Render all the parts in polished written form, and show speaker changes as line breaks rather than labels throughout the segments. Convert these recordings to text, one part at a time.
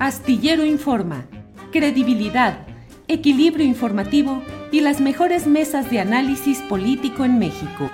Astillero Informa, credibilidad, equilibrio informativo y las mejores mesas de análisis político en México.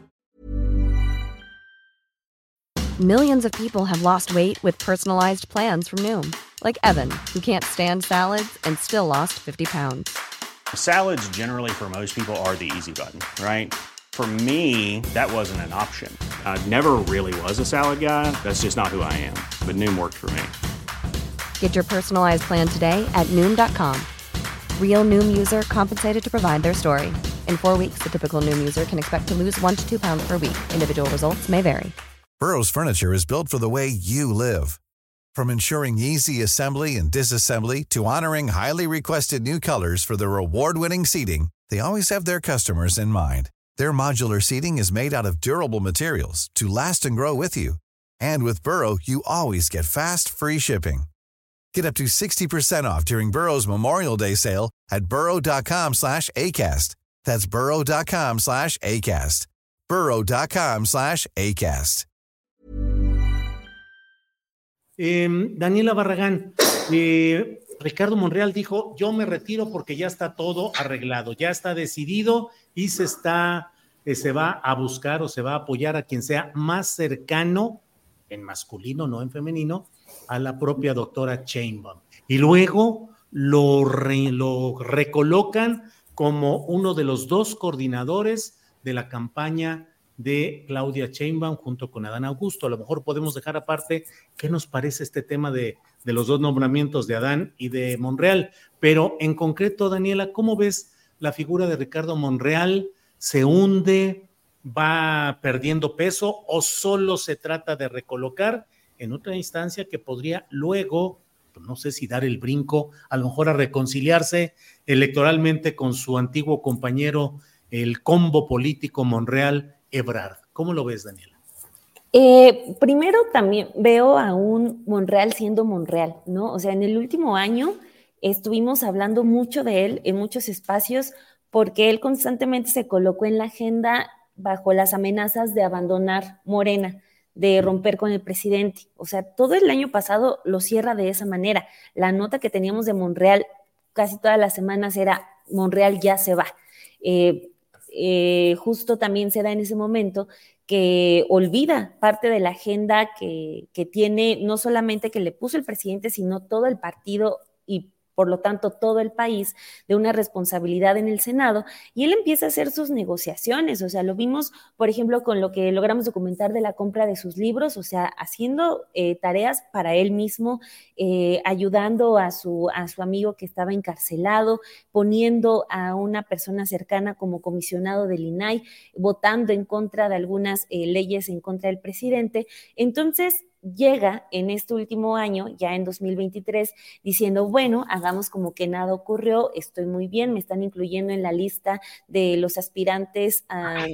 Millions of people have lost weight with personalized plans from Noom. Like Evan, who can't stand salads and still lost 50 pounds.
Salads generally for most people are the easy button, right? For me, that wasn't an option. I never really was a salad guy. That's just not who I am. But Noom worked for me.
Get your personalized plan today at Noom.com. Real Noom user compensated to provide their story. In 4 weeks, the typical Noom user can expect to lose 1 to 2 pounds per week. Individual results may vary.
Burrow's furniture is built for the way you live. From ensuring easy assembly and disassembly to honoring highly requested new colors for their award-winning seating, they always have their customers in mind. Their modular seating is made out of durable materials to last and grow with you. And with Burrow, you always get fast, free shipping. Get up to 60% off during Burrow's Memorial Day sale at burrow.com/ACAST. That's burrow.com/ACAST. burrow.com/ACAST.
Daniela Barragán, Ricardo Monreal dijo, yo me retiro porque ya está todo arreglado, ya está decidido y se va a buscar o se va a apoyar a quien sea más cercano, en masculino, no en femenino, a la propia doctora Sheinbaum. Y luego lo recolocan como uno de los 2 coordinadores de la campaña de Claudia Sheinbaum junto con Adán Augusto. A lo mejor podemos dejar aparte qué nos parece este tema de los 2 nombramientos de Adán y de Monreal, pero en concreto, Daniela, ¿cómo ves la figura de Ricardo Monreal? ¿Se hunde, va perdiendo peso o solo se trata de recolocar en otra instancia que podría luego, no sé si dar el brinco, a lo mejor a reconciliarse electoralmente con su antiguo compañero, el combo político Monreal-Ebrard? ¿Cómo lo ves, Daniela?
Primero también veo a un Monreal siendo Monreal, ¿no? O sea, en el último año estuvimos hablando mucho de él en muchos espacios porque él constantemente se colocó en la agenda bajo las amenazas de abandonar Morena, de romper con el presidente. O sea, todo el año pasado lo cierra de esa manera. La nota que teníamos de Monreal casi todas las semanas era Monreal ya se va. Justo también se da en ese momento que olvida parte de la agenda que tiene, no solamente que le puso el presidente, sino todo el partido y por lo tanto todo el país, de una responsabilidad en el Senado, y él empieza a hacer sus negociaciones. O sea, lo vimos, por ejemplo, con lo que logramos documentar de la compra de sus libros, o sea, haciendo tareas para él mismo, ayudando a su amigo que estaba encarcelado, poniendo a una persona cercana como comisionado del INAI, votando en contra de algunas leyes en contra del presidente. Entonces, llega en este último año, ya en 2023, diciendo, bueno, hagamos como que nada ocurrió, estoy muy bien, me están incluyendo en la lista de los aspirantes a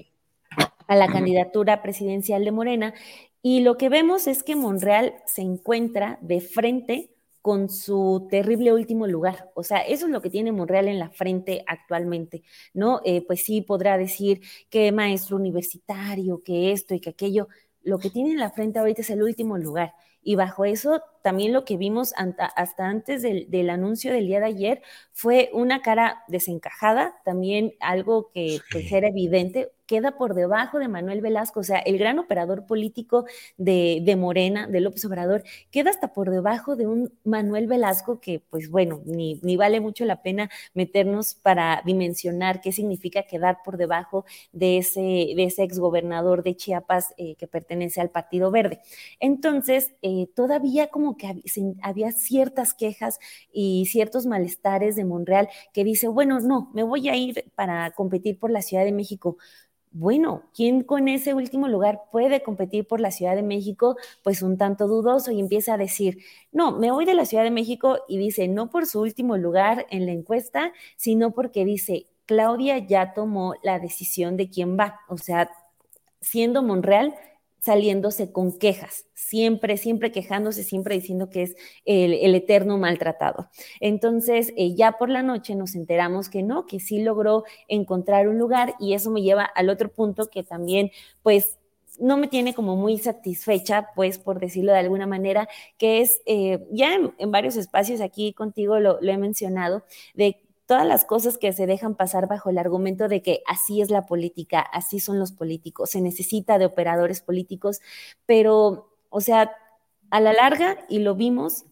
la candidatura presidencial de Morena, y lo que vemos es que Monreal se encuentra de frente con su terrible último lugar. O sea, eso es lo que tiene Monreal en la frente actualmente, ¿no? Pues sí, podrá decir que maestro universitario, que esto y que aquello. Lo que tiene en la frente ahorita es el último lugar. Y bajo eso, también lo que vimos hasta antes del anuncio del día de ayer fue una cara desencajada, también algo que pues era evidente, queda por debajo de Manuel Velasco. O sea, el gran operador político de Morena, de López Obrador, queda hasta por debajo de un Manuel Velasco que, pues bueno, ni vale mucho la pena meternos para dimensionar qué significa quedar por debajo de ese exgobernador de Chiapas que pertenece al Partido Verde. Entonces, todavía como que había ciertas quejas y ciertos malestares de Monreal que dice, bueno, no, me voy a ir para competir por la Ciudad de México. Bueno, ¿quién con ese último lugar puede competir por la Ciudad de México? Pues un tanto dudoso, y empieza a decir, no, me voy de la Ciudad de México, y dice, no por su último lugar en la encuesta, sino porque dice, Claudia ya tomó la decisión de quién va. O sea, siendo Monreal, saliéndose con quejas, siempre quejándose, siempre diciendo que es el eterno maltratado. Entonces, ya por la noche nos enteramos que no, que sí logró encontrar un lugar, y eso me lleva al otro punto que también, pues, no me tiene como muy satisfecha, pues, por decirlo de alguna manera, que es, ya en varios espacios aquí contigo lo he mencionado, de todas las cosas que se dejan pasar bajo el argumento de que así es la política, así son los políticos, se necesita de operadores políticos, pero, o sea, a la larga, y lo vimos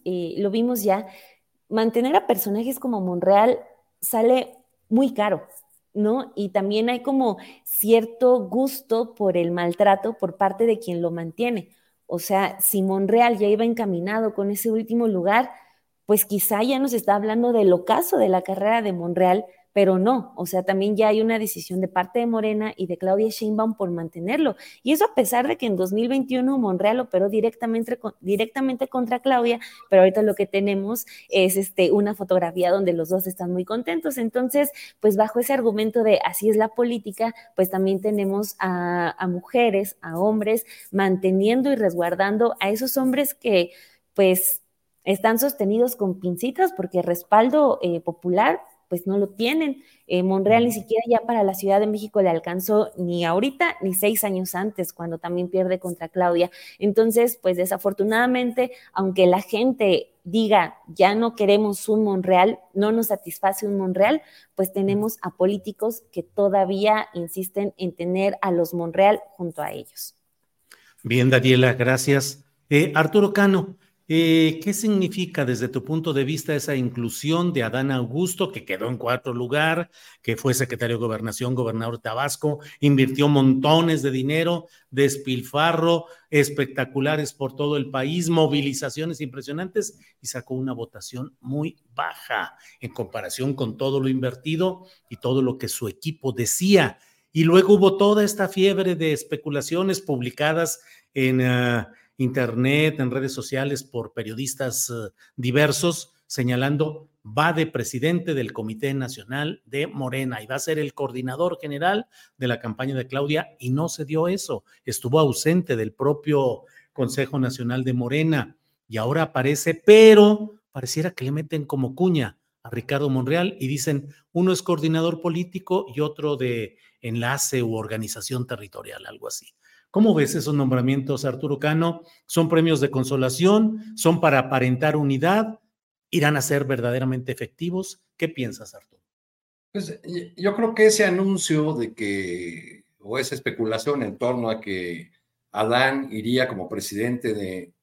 ya, mantener a personajes como Monreal sale muy caro, ¿no? Y también hay como cierto gusto por el maltrato por parte de quien lo mantiene. O sea, si Monreal ya iba encaminado con ese último lugar, pues quizá ya nos está hablando del ocaso de la carrera de Monreal, pero no, o sea, también ya hay una decisión de parte de Morena y de Claudia Sheinbaum por mantenerlo. Y eso a pesar de que en 2021 Monreal operó directamente contra Claudia, pero ahorita lo que tenemos es una fotografía donde los dos están muy contentos. Entonces, pues bajo ese argumento de así es la política, pues también tenemos a mujeres, a hombres, manteniendo y resguardando a esos hombres que, pues, están sostenidos con pincitas porque respaldo popular pues no lo tienen. Monreal ni siquiera ya para la Ciudad de México le alcanzó ni ahorita ni 6 años antes, cuando también pierde contra Claudia. Entonces, pues desafortunadamente, aunque la gente diga, ya no queremos un Monreal, no nos satisface un Monreal, pues tenemos a políticos que todavía insisten en tener a los Monreal junto a ellos.
Bien, Daniela, gracias. Arturo Cano, ¿qué significa desde tu punto de vista esa inclusión de Adán Augusto, que quedó en 4º lugar, que fue secretario de Gobernación, gobernador de Tabasco, invirtió montones de dinero, despilfarro, espectaculares por todo el país, movilizaciones impresionantes y sacó una votación muy baja en comparación con todo lo invertido y todo lo que su equipo decía? Y luego hubo toda esta fiebre de especulaciones publicadas en internet, en redes sociales por periodistas diversos, señalando va de presidente del Comité Nacional de Morena y va a ser el coordinador general de la campaña de Claudia, y no se dio eso. Estuvo ausente del propio Consejo Nacional de Morena y ahora aparece, pero pareciera que le meten como cuña a Ricardo Monreal y dicen, uno es coordinador político y otro de enlace u organización territorial, algo así. ¿Cómo ves esos nombramientos, Arturo Cano? ¿Son premios de consolación? ¿Son para aparentar unidad? ¿Irán a ser verdaderamente efectivos? ¿Qué piensas, Arturo?
Pues yo creo que ese anuncio de que, o esa especulación en torno a que Adán iría como presidente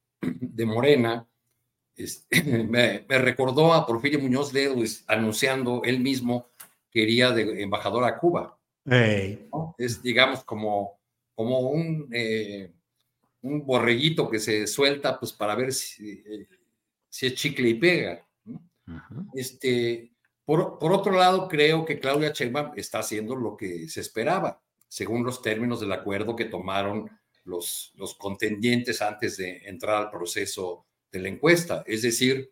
de Morena, me recordó a Porfirio Muñoz Ledo anunciando él mismo que iría de embajador a Cuba.
Hey.
¿No? Es, digamos, como un borreguito que se suelta pues para ver si es chicle y pega, ¿no? Por otro lado, creo que Claudia Sheinbaum está haciendo lo que se esperaba, según los términos del acuerdo que tomaron los contendientes antes de entrar al proceso de la encuesta. Es decir,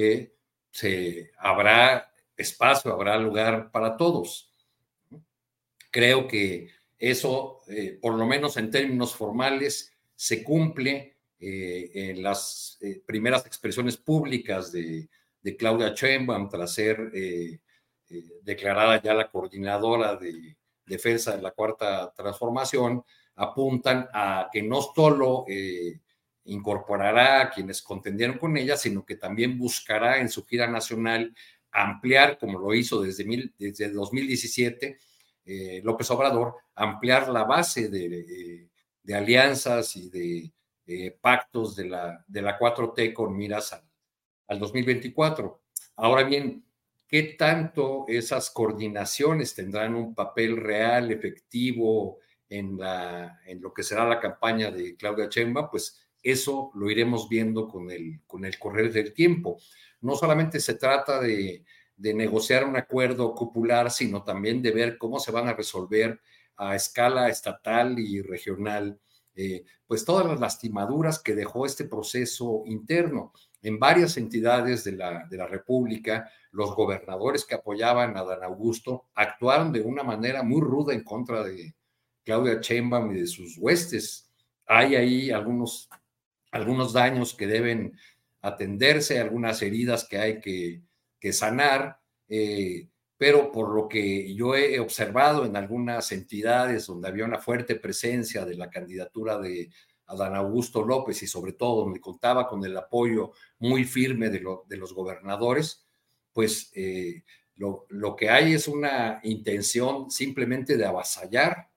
habrá espacio, habrá lugar para todos. Creo que eso, por lo menos en términos formales, se cumple en las primeras expresiones públicas de Claudia Sheinbaum tras ser declarada ya la coordinadora de defensa de la Cuarta Transformación, apuntan a que no solo incorporará a quienes contendieron con ella, sino que también buscará en su gira nacional ampliar, como lo hizo desde 2017, López Obrador, ampliar la base de alianzas y de pactos de la 4T con miras al 2024. Ahora bien, ¿qué tanto esas coordinaciones tendrán un papel real, efectivo en lo que será la campaña de Claudia Sheinbaum? Pues eso lo iremos viendo con el correr del tiempo. No solamente se trata de negociar un acuerdo cupular, sino también de ver cómo se van a resolver a escala estatal y regional, pues todas las lastimaduras que dejó este proceso interno. En varias entidades de la República, los gobernadores que apoyaban a Adán Augusto actuaron de una manera muy ruda en contra de Claudia Sheinbaum y de sus huestes. Hay ahí algunos daños que deben atenderse, algunas heridas que hay que sanar, pero por lo que yo he observado en algunas entidades donde había una fuerte presencia de la candidatura de Adán Augusto López y sobre todo donde contaba con el apoyo muy firme de los gobernadores, pues lo que hay es una intención simplemente de avasallar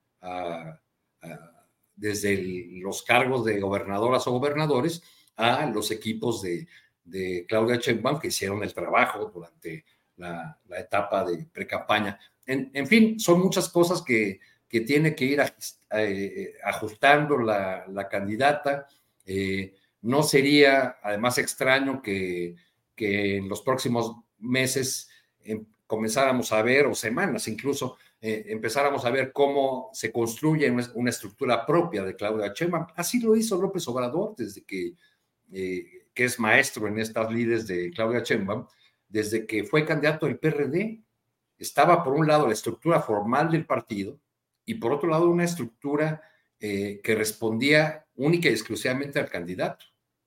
desde los cargos de gobernadoras o gobernadores a los equipos de Claudia Sheinbaum que hicieron el trabajo durante la etapa de precampaña. En fin, son muchas cosas que tiene que ir ajustando la candidata. No sería además extraño que en los próximos meses comenzáramos a ver, o semanas incluso, empezáramos a ver cómo se construye una estructura propia de Claudia Sheinbaum. Así lo hizo López Obrador desde que es maestro en estas lides de Claudia Sheinbaum, desde que fue candidato del PRD. Estaba por un lado la estructura formal del partido y por otro lado una estructura que respondía única y exclusivamente al candidato.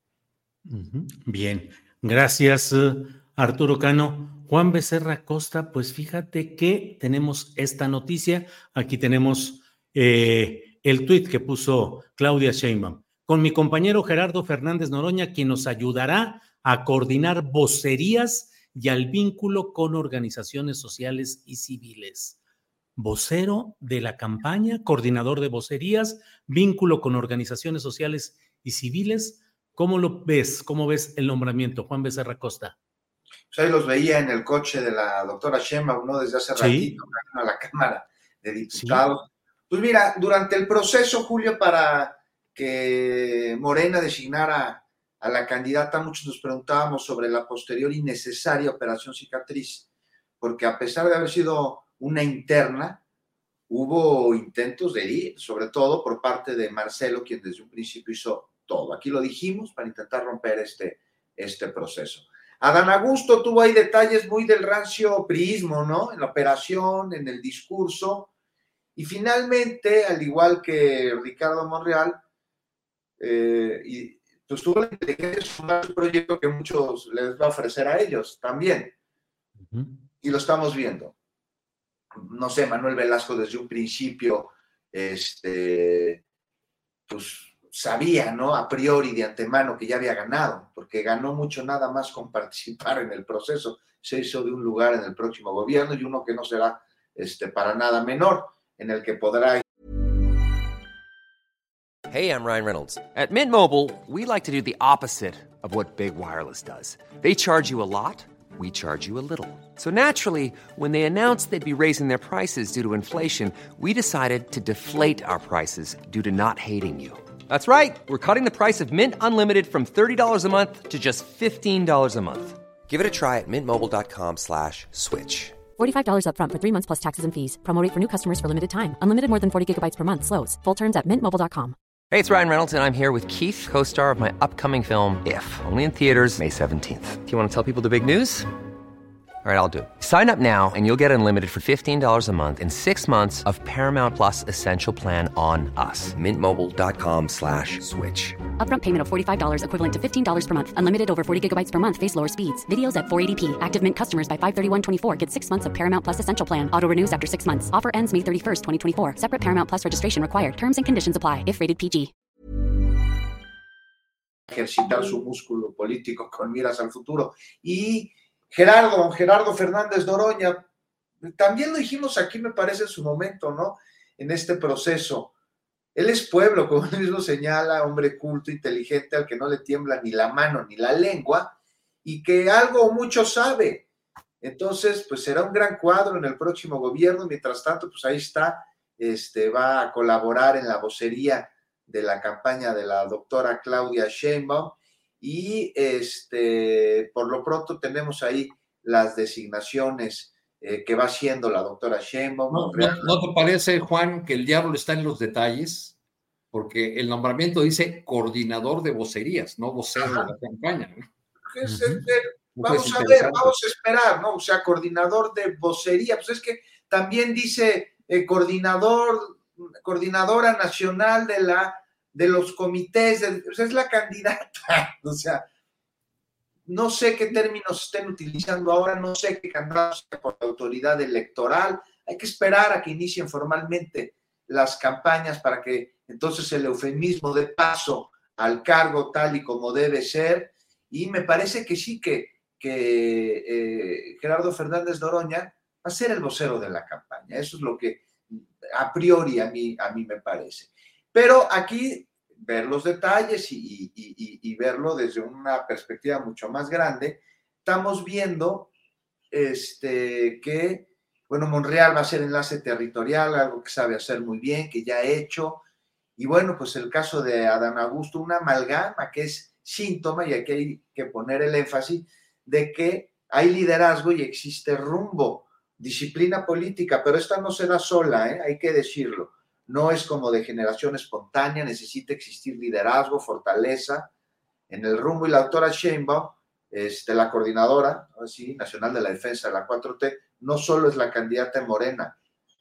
Bien, gracias Arturo Cano. Juan Becerra Costa, pues fíjate que tenemos esta noticia, aquí tenemos el tuit que puso Claudia Sheinbaum, con mi compañero Gerardo Fernández Noroña, quien nos ayudará a coordinar vocerías y al vínculo con organizaciones sociales y civiles. Vocero de la campaña, coordinador de vocerías, vínculo con organizaciones sociales y civiles. ¿Cómo lo ves? ¿Cómo ves el nombramiento, Juan Becerra Costa?
Pues ahí los veía en el coche de la doctora Sheinbaum, ¿no? Desde hace ratito, a la Cámara de Diputados. Sí. Pues mira, durante el proceso, Julio, para que Morena designara a la candidata, muchos nos preguntábamos sobre la posterior y necesaria operación cicatriz, porque a pesar de haber sido una interna, hubo intentos de ir, sobre todo por parte de Marcelo, quien desde un principio hizo todo. Aquí lo dijimos para intentar romper este proceso. Adán Augusto tuvo ahí detalles muy del rancio priismo, ¿no? En la operación, en el discurso, y finalmente, al igual que Ricardo Monreal, pues tuvo la inteligencia de sumar un proyecto que muchos les va a ofrecer a ellos también. Y lo estamos viendo. No sé, Manuel Velasco desde un principio, pues sabía, ¿no? A priori, de antemano, que ya había ganado, porque ganó mucho nada más con participar en el proceso. Se hizo de un lugar en el próximo gobierno y uno que no será para nada menor, en el que podrá.
Hey, I'm Ryan Reynolds. At Mint Mobile, we like to do the opposite of what Big Wireless does. They charge you a lot, we charge you a little. So naturally, when they announced they'd be raising their prices due to inflation, we decided to deflate our prices due to not hating you. That's right. We're cutting the price of Mint Unlimited from $30 a month to just $15 a month. Give it a try at mintmobile.com/switch.
$45 up front for 3 months plus taxes and fees. Promo rate for new customers for limited time. Unlimited more than 40 gigabytes per month slows. Full terms at mintmobile.com.
Hey, it's Ryan Reynolds, and I'm here with Keith, co-star of my upcoming film, If, only in theaters May 17th. Do you want to tell people the big news? All right, I'll do it. Sign up now and you'll get unlimited for $15 a month and 6 months of Paramount Plus Essential Plan on us. mintmobile.com/switch.
Upfront payment of $45 equivalent to $15 per month. Unlimited over 40 gigabytes per month. Face lower speeds. Videos at 480p. Active Mint customers by 531.24 get 6 months of Paramount Plus Essential Plan. Auto renews after 6 months. Offer ends May 31st, 2024. Separate Paramount Plus registration required. Terms and conditions apply if rated PG.
Ejercitar su músculo político con miras al futuro. Y Gerardo Fernández Noroña, también lo dijimos aquí, me parece, en su momento, ¿no? En este proceso. Él es pueblo, como él mismo señala, hombre culto, inteligente, al que no le tiembla ni la mano ni la lengua, y que algo o mucho sabe. Entonces, pues será un gran cuadro en el próximo gobierno. Mientras tanto, pues ahí está, va a colaborar en la vocería de la campaña de la doctora Claudia Sheinbaum. Y por lo pronto tenemos ahí las designaciones que va haciendo la doctora Sheinbaum.
¿No te parece, Juan, que el diablo está en los detalles? Porque el nombramiento dice coordinador de vocerías, no vocero de la campaña, ¿no?
Vamos a ver, vamos a esperar, ¿no? O sea, coordinador de vocería, pues es que también dice coordinadora nacional de los comités, o sea, es la candidata, o sea, no sé qué términos estén utilizando ahora, no sé qué candidatos por la autoridad electoral. Hay que esperar a que inicien formalmente las campañas para que entonces el eufemismo dé paso al cargo tal y como debe ser. Y me parece que sí, que Gerardo Fernández Noroña va a ser el vocero de la campaña. Eso es lo que a priori a mí me parece. Pero aquí ver los detalles y verlo desde una perspectiva mucho más grande, estamos viendo que, bueno, Monreal va a ser enlace territorial, algo que sabe hacer muy bien, que ya ha hecho, y bueno, pues el caso de Adán Augusto, una amalgama que es síntoma, y aquí hay que poner el énfasis, de que hay liderazgo y existe rumbo, disciplina política, pero esta no se da sola, hay que decirlo. No es como de generación espontánea, necesita existir liderazgo, fortaleza en el rumbo. Y la doctora Sheinbaum, la coordinadora nacional de la defensa de la 4T, no solo es la candidata en Morena,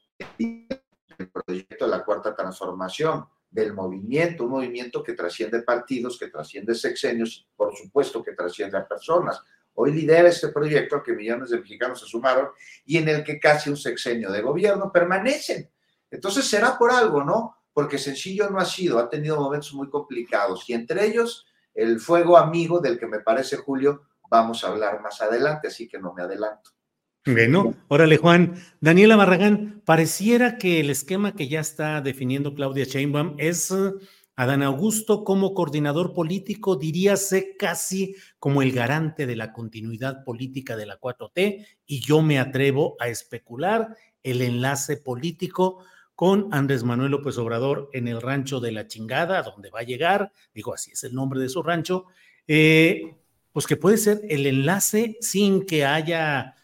el proyecto de la Cuarta Transformación, del movimiento, un movimiento que trasciende partidos, que trasciende sexenios, por supuesto que trasciende a personas. Hoy lidera este proyecto al que millones de mexicanos se sumaron y en el que casi un sexenio de gobierno permanecen. Entonces será por algo, ¿no? Porque sencillo no ha sido, ha tenido momentos muy complicados y entre ellos el fuego amigo del que me parece, Julio, vamos a hablar más adelante, así que no me adelanto.
Bueno, órale, Juan. Daniela Barragán, pareciera que el esquema que ya está definiendo Claudia Sheinbaum es Adán Augusto como coordinador político, diríase casi como el garante de la continuidad política de la 4T, y yo me atrevo a especular el enlace político con Andrés Manuel López Obrador en el rancho de la chingada, donde va a llegar, digo, así es el nombre de su rancho, pues que puede ser el enlace sin que haya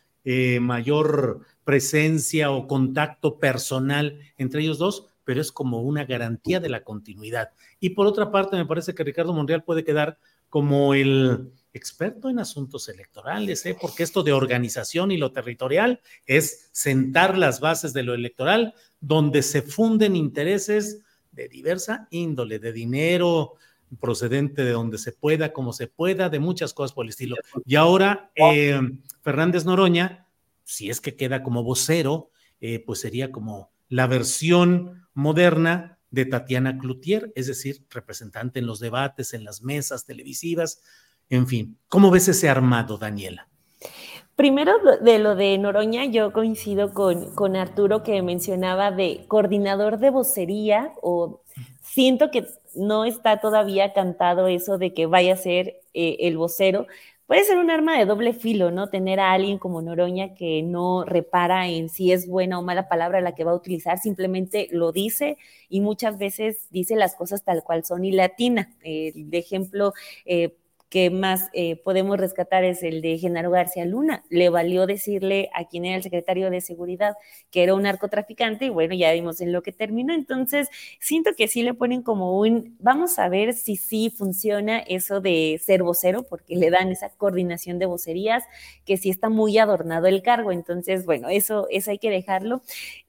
mayor presencia o contacto personal entre ellos dos, pero es como una garantía de la continuidad. Y por otra parte, me parece que Ricardo Monreal puede quedar como el experto en asuntos electorales, porque esto de organización y lo territorial es sentar las bases de lo electoral, donde se funden intereses de diversa índole, de dinero procedente de donde se pueda, como se pueda, de muchas cosas por el estilo. Y ahora Fernández Noroña, si es que queda como vocero, pues sería como la versión moderna de Tatiana Cloutier, es decir, representante en los debates, en las mesas televisivas, en fin. ¿Cómo ves ese armado, Daniela?
Primero, de lo de Noroña, yo coincido con Arturo, que mencionaba de coordinador de vocería, o siento que no está todavía cantado eso de que vaya a ser el vocero. Puede ser un arma de doble filo, ¿no? Tener a alguien como Noroña que no repara en si es buena o mala palabra la que va a utilizar, simplemente lo dice y muchas veces dice las cosas tal cual son y le atina. De ejemplo, que más podemos rescatar es el de Genaro García Luna. Le valió decirle a quien era el secretario de Seguridad que era un narcotraficante y bueno, ya vimos en lo que terminó. Entonces, siento que sí le ponen como vamos a ver si sí funciona eso de ser vocero, porque le dan esa coordinación de vocerías, que sí está muy adornado el cargo. Entonces, bueno, eso hay que dejarlo.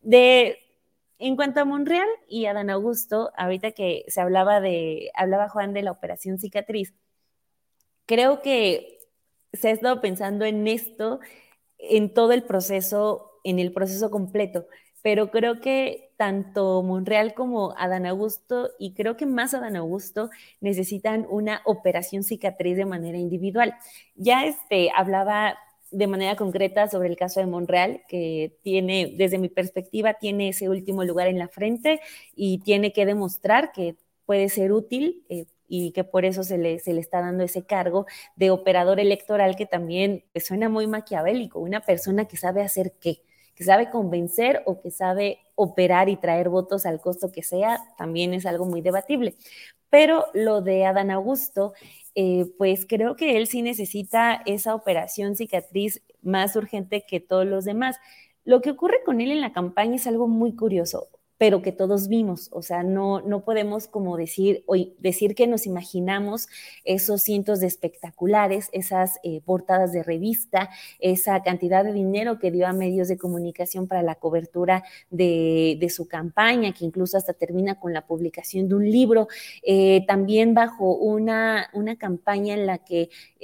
En cuanto a Monreal y Adán Augusto, ahorita que se hablaba Juan de la operación cicatriz, creo que se ha estado pensando en esto en todo el proceso, en el proceso completo, pero creo que tanto Monreal como Adán Augusto, y creo que más Adán Augusto, necesitan una operación cicatriz de manera individual. Ya hablaba de manera concreta sobre el caso de Monreal, que tiene, desde mi perspectiva, tiene ese último lugar en la frente y tiene que demostrar que puede ser útil y que por eso se le está dando ese cargo de operador electoral, que también suena muy maquiavélico, una persona que sabe hacer qué, que sabe convencer o que sabe operar y traer votos al costo que sea, también es algo muy debatible. Pero lo de Adán Augusto, pues creo que él sí necesita esa operación cicatriz más urgente que todos los demás. Lo que ocurre con él en la campaña es algo muy curioso. pero que todos vimos. O sea, no podemos como decir que nos imaginamos esos cientos de espectaculares, esas portadas de revista, esa cantidad de dinero que dio a medios de comunicación para la cobertura de su campaña, que incluso hasta termina con la publicación de un libro, también bajo una campaña en la que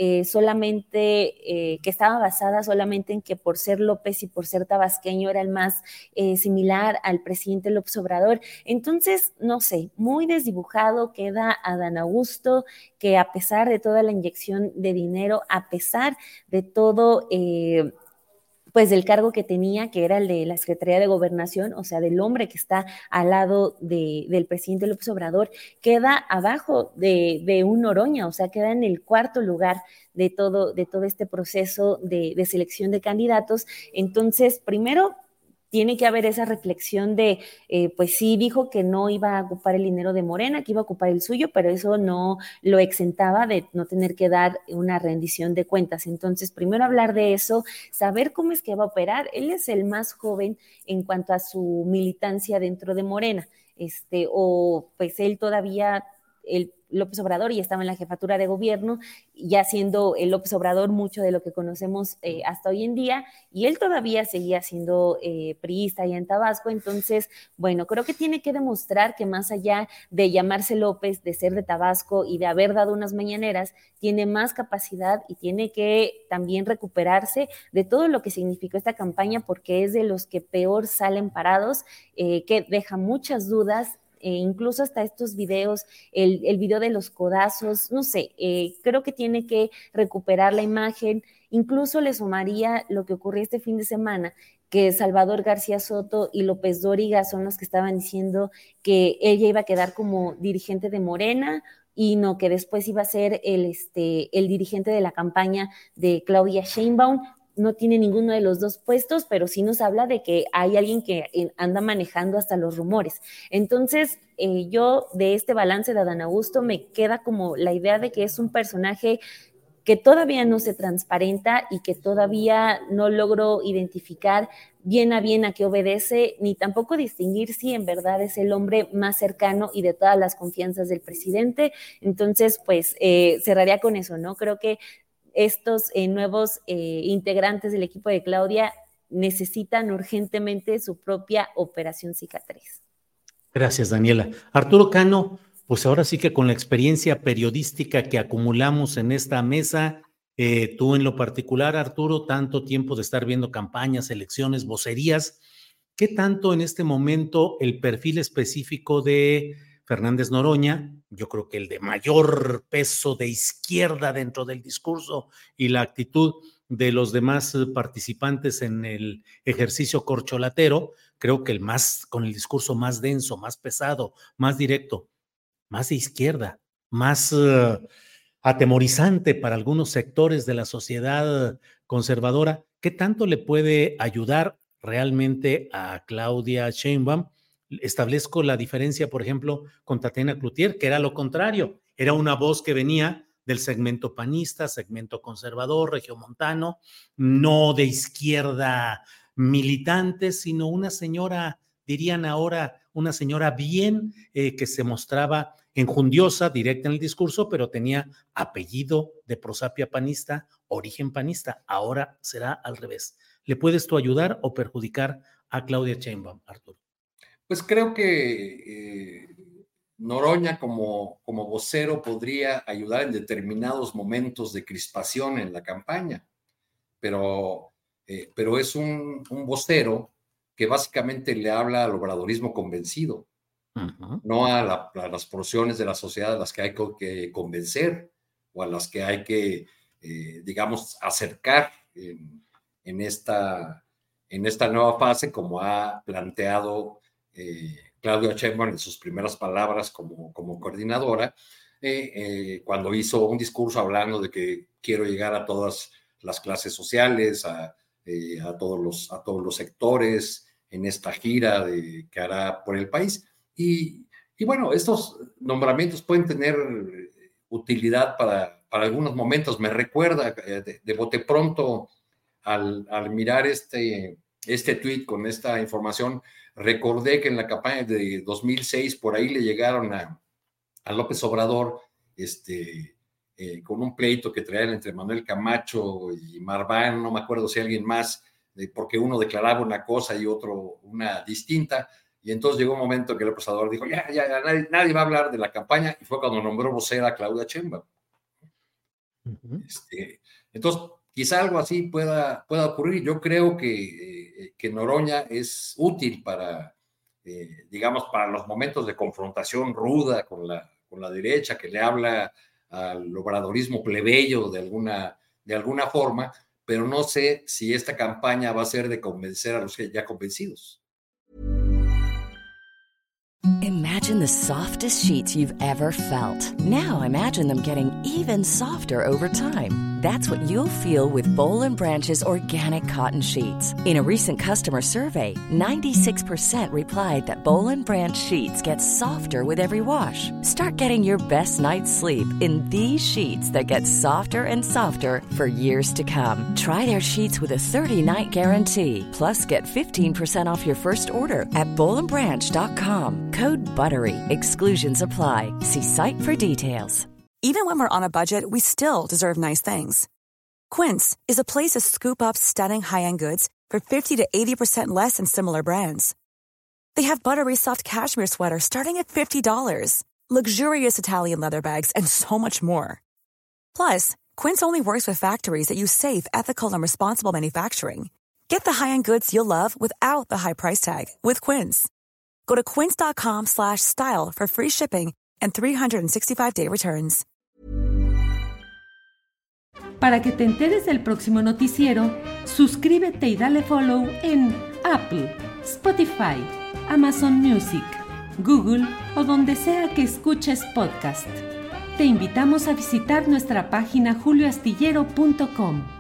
que estaba basada solamente en que por ser López y por ser tabasqueño era el más similar al presidente López Obrador. Entonces, no sé, muy desdibujado queda Adán Augusto, que a pesar de toda la inyección de dinero, a pesar de todo, pues del cargo que tenía, que era el de la Secretaría de Gobernación, o sea, del hombre que está al lado del presidente López Obrador, queda abajo de un Noroña, o sea, queda en el cuarto lugar de todo este proceso de selección de candidatos. Entonces, primero, tiene que haber esa reflexión de, pues sí, dijo que no iba a ocupar el dinero de Morena, que iba a ocupar el suyo, pero eso no lo exentaba de no tener que dar una rendición de cuentas. Entonces, primero hablar de eso, saber cómo es que va a operar. Él es el más joven en cuanto a su militancia dentro de Morena, o pues él todavía, el López Obrador ya estaba en la jefatura de gobierno, ya siendo el López Obrador mucho de lo que conocemos hasta hoy en día, y él todavía seguía siendo priista allá en Tabasco. Entonces, bueno, creo que tiene que demostrar que más allá de llamarse López, de ser de Tabasco y de haber dado unas mañaneras, tiene más capacidad y tiene que también recuperarse de todo lo que significó esta campaña, porque es de los que peor salen parados, que deja muchas dudas. Incluso hasta estos videos, el video de los codazos, no sé, creo que tiene que recuperar la imagen. Incluso le sumaría lo que ocurrió este fin de semana, que Salvador García Soto y López Dóriga son los que estaban diciendo que ella iba a quedar como dirigente de Morena, y no, que después iba a ser el dirigente de la campaña de Claudia Sheinbaum. No tiene ninguno de los dos puestos, pero sí nos habla de que hay alguien que anda manejando hasta los rumores. Entonces, yo de este balance de Adán Augusto me queda como la idea de que es un personaje que todavía no se transparenta y que todavía no logro identificar bien a qué obedece, ni tampoco distinguir si en verdad es el hombre más cercano y de todas las confianzas del presidente. Entonces, pues cerraría con eso, ¿no? Creo que estos nuevos integrantes del equipo de Claudia necesitan urgentemente su propia operación cicatriz.
Gracias, Daniela. Arturo Cano, pues ahora sí que con la experiencia periodística que acumulamos en esta mesa, tú en lo particular, Arturo, tanto tiempo de estar viendo campañas, elecciones, vocerías, ¿qué tanto en este momento el perfil específico de Fernández Noroña, yo creo que el de mayor peso de izquierda dentro del discurso y la actitud de los demás participantes en el ejercicio corcholatero, creo que con el discurso más denso, más pesado, más directo, más de izquierda, más atemorizante para algunos sectores de la sociedad conservadora? ¿Qué tanto le puede ayudar realmente a Claudia Sheinbaum? Establezco la diferencia, por ejemplo, con Tatiana Cloutier, que era lo contrario, era una voz que venía del segmento panista, segmento conservador, regiomontano, no de izquierda militante, sino una señora, dirían ahora, una señora bien, que se mostraba enjundiosa, directa en el discurso, pero tenía apellido de prosapia panista, origen panista. Ahora será al revés. ¿Le puedes tú ayudar o perjudicar a Claudia Sheinbaum, Arturo?
Pues creo que Noroña como vocero podría ayudar en determinados momentos de crispación en la campaña, pero es un vocero que básicamente le habla al obradorismo convencido, no a las porciones de la sociedad a las que hay que convencer o a las que hay que, digamos, acercar en esta nueva fase, como ha planteado Claudia Sheinbaum en sus primeras palabras como coordinadora, cuando hizo un discurso hablando de que quiero llegar a todas las clases sociales, a todos los sectores en esta gira que hará por el país. Y bueno, estos nombramientos pueden tener utilidad para algunos momentos. Me recuerda de bote pronto al mirar este tuit con esta información, recordé que en la campaña de 2006 por ahí le llegaron a López Obrador con un pleito que traían entre Manuel Camacho y Marván, no me acuerdo si alguien más, porque uno declaraba una cosa y otro una distinta, y entonces llegó un momento que López Obrador dijo, ya nadie va a hablar de la campaña, y fue cuando nombró vocera a Claudia Sheinbaum. Uh-huh. Entonces, quizá algo así pueda ocurrir. Yo creo que Noroña es útil para, digamos, para los momentos de confrontación ruda con la derecha, que le habla al obradorismo plebeyo de alguna forma, pero no sé si esta campaña va a ser de convencer a los ya convencidos.
Imagine the softest sheets you've ever felt. Now imagine them getting even softer over time. That's what you'll feel with Boll & Branch's organic cotton sheets. In a recent customer survey, 96% replied that Boll & Branch sheets get softer with every wash. Start getting your best night's sleep in these sheets that get softer and softer for years to come. Try their sheets with a 30-night guarantee. Plus, get 15% off your first order at bollandbranch.com. Code BUTTERY. Exclusions apply. See site for details.
Even when we're on a budget, we still deserve nice things. Quince is a place to scoop up stunning high-end goods for 50 to 80% less than similar brands. They have buttery soft cashmere sweaters starting at $50, luxurious Italian leather bags, and so much more. Plus, Quince only works with factories that use safe, ethical, and responsible manufacturing. Get the high-end goods you'll love without the high price tag with Quince. Go to quince.com/style for free shipping and 365-day returns.
Para que te enteres del próximo noticiero, suscríbete y dale follow en Apple, Spotify, Amazon Music, Google o donde sea que escuches podcast. Te invitamos a visitar nuestra página julioastillero.com.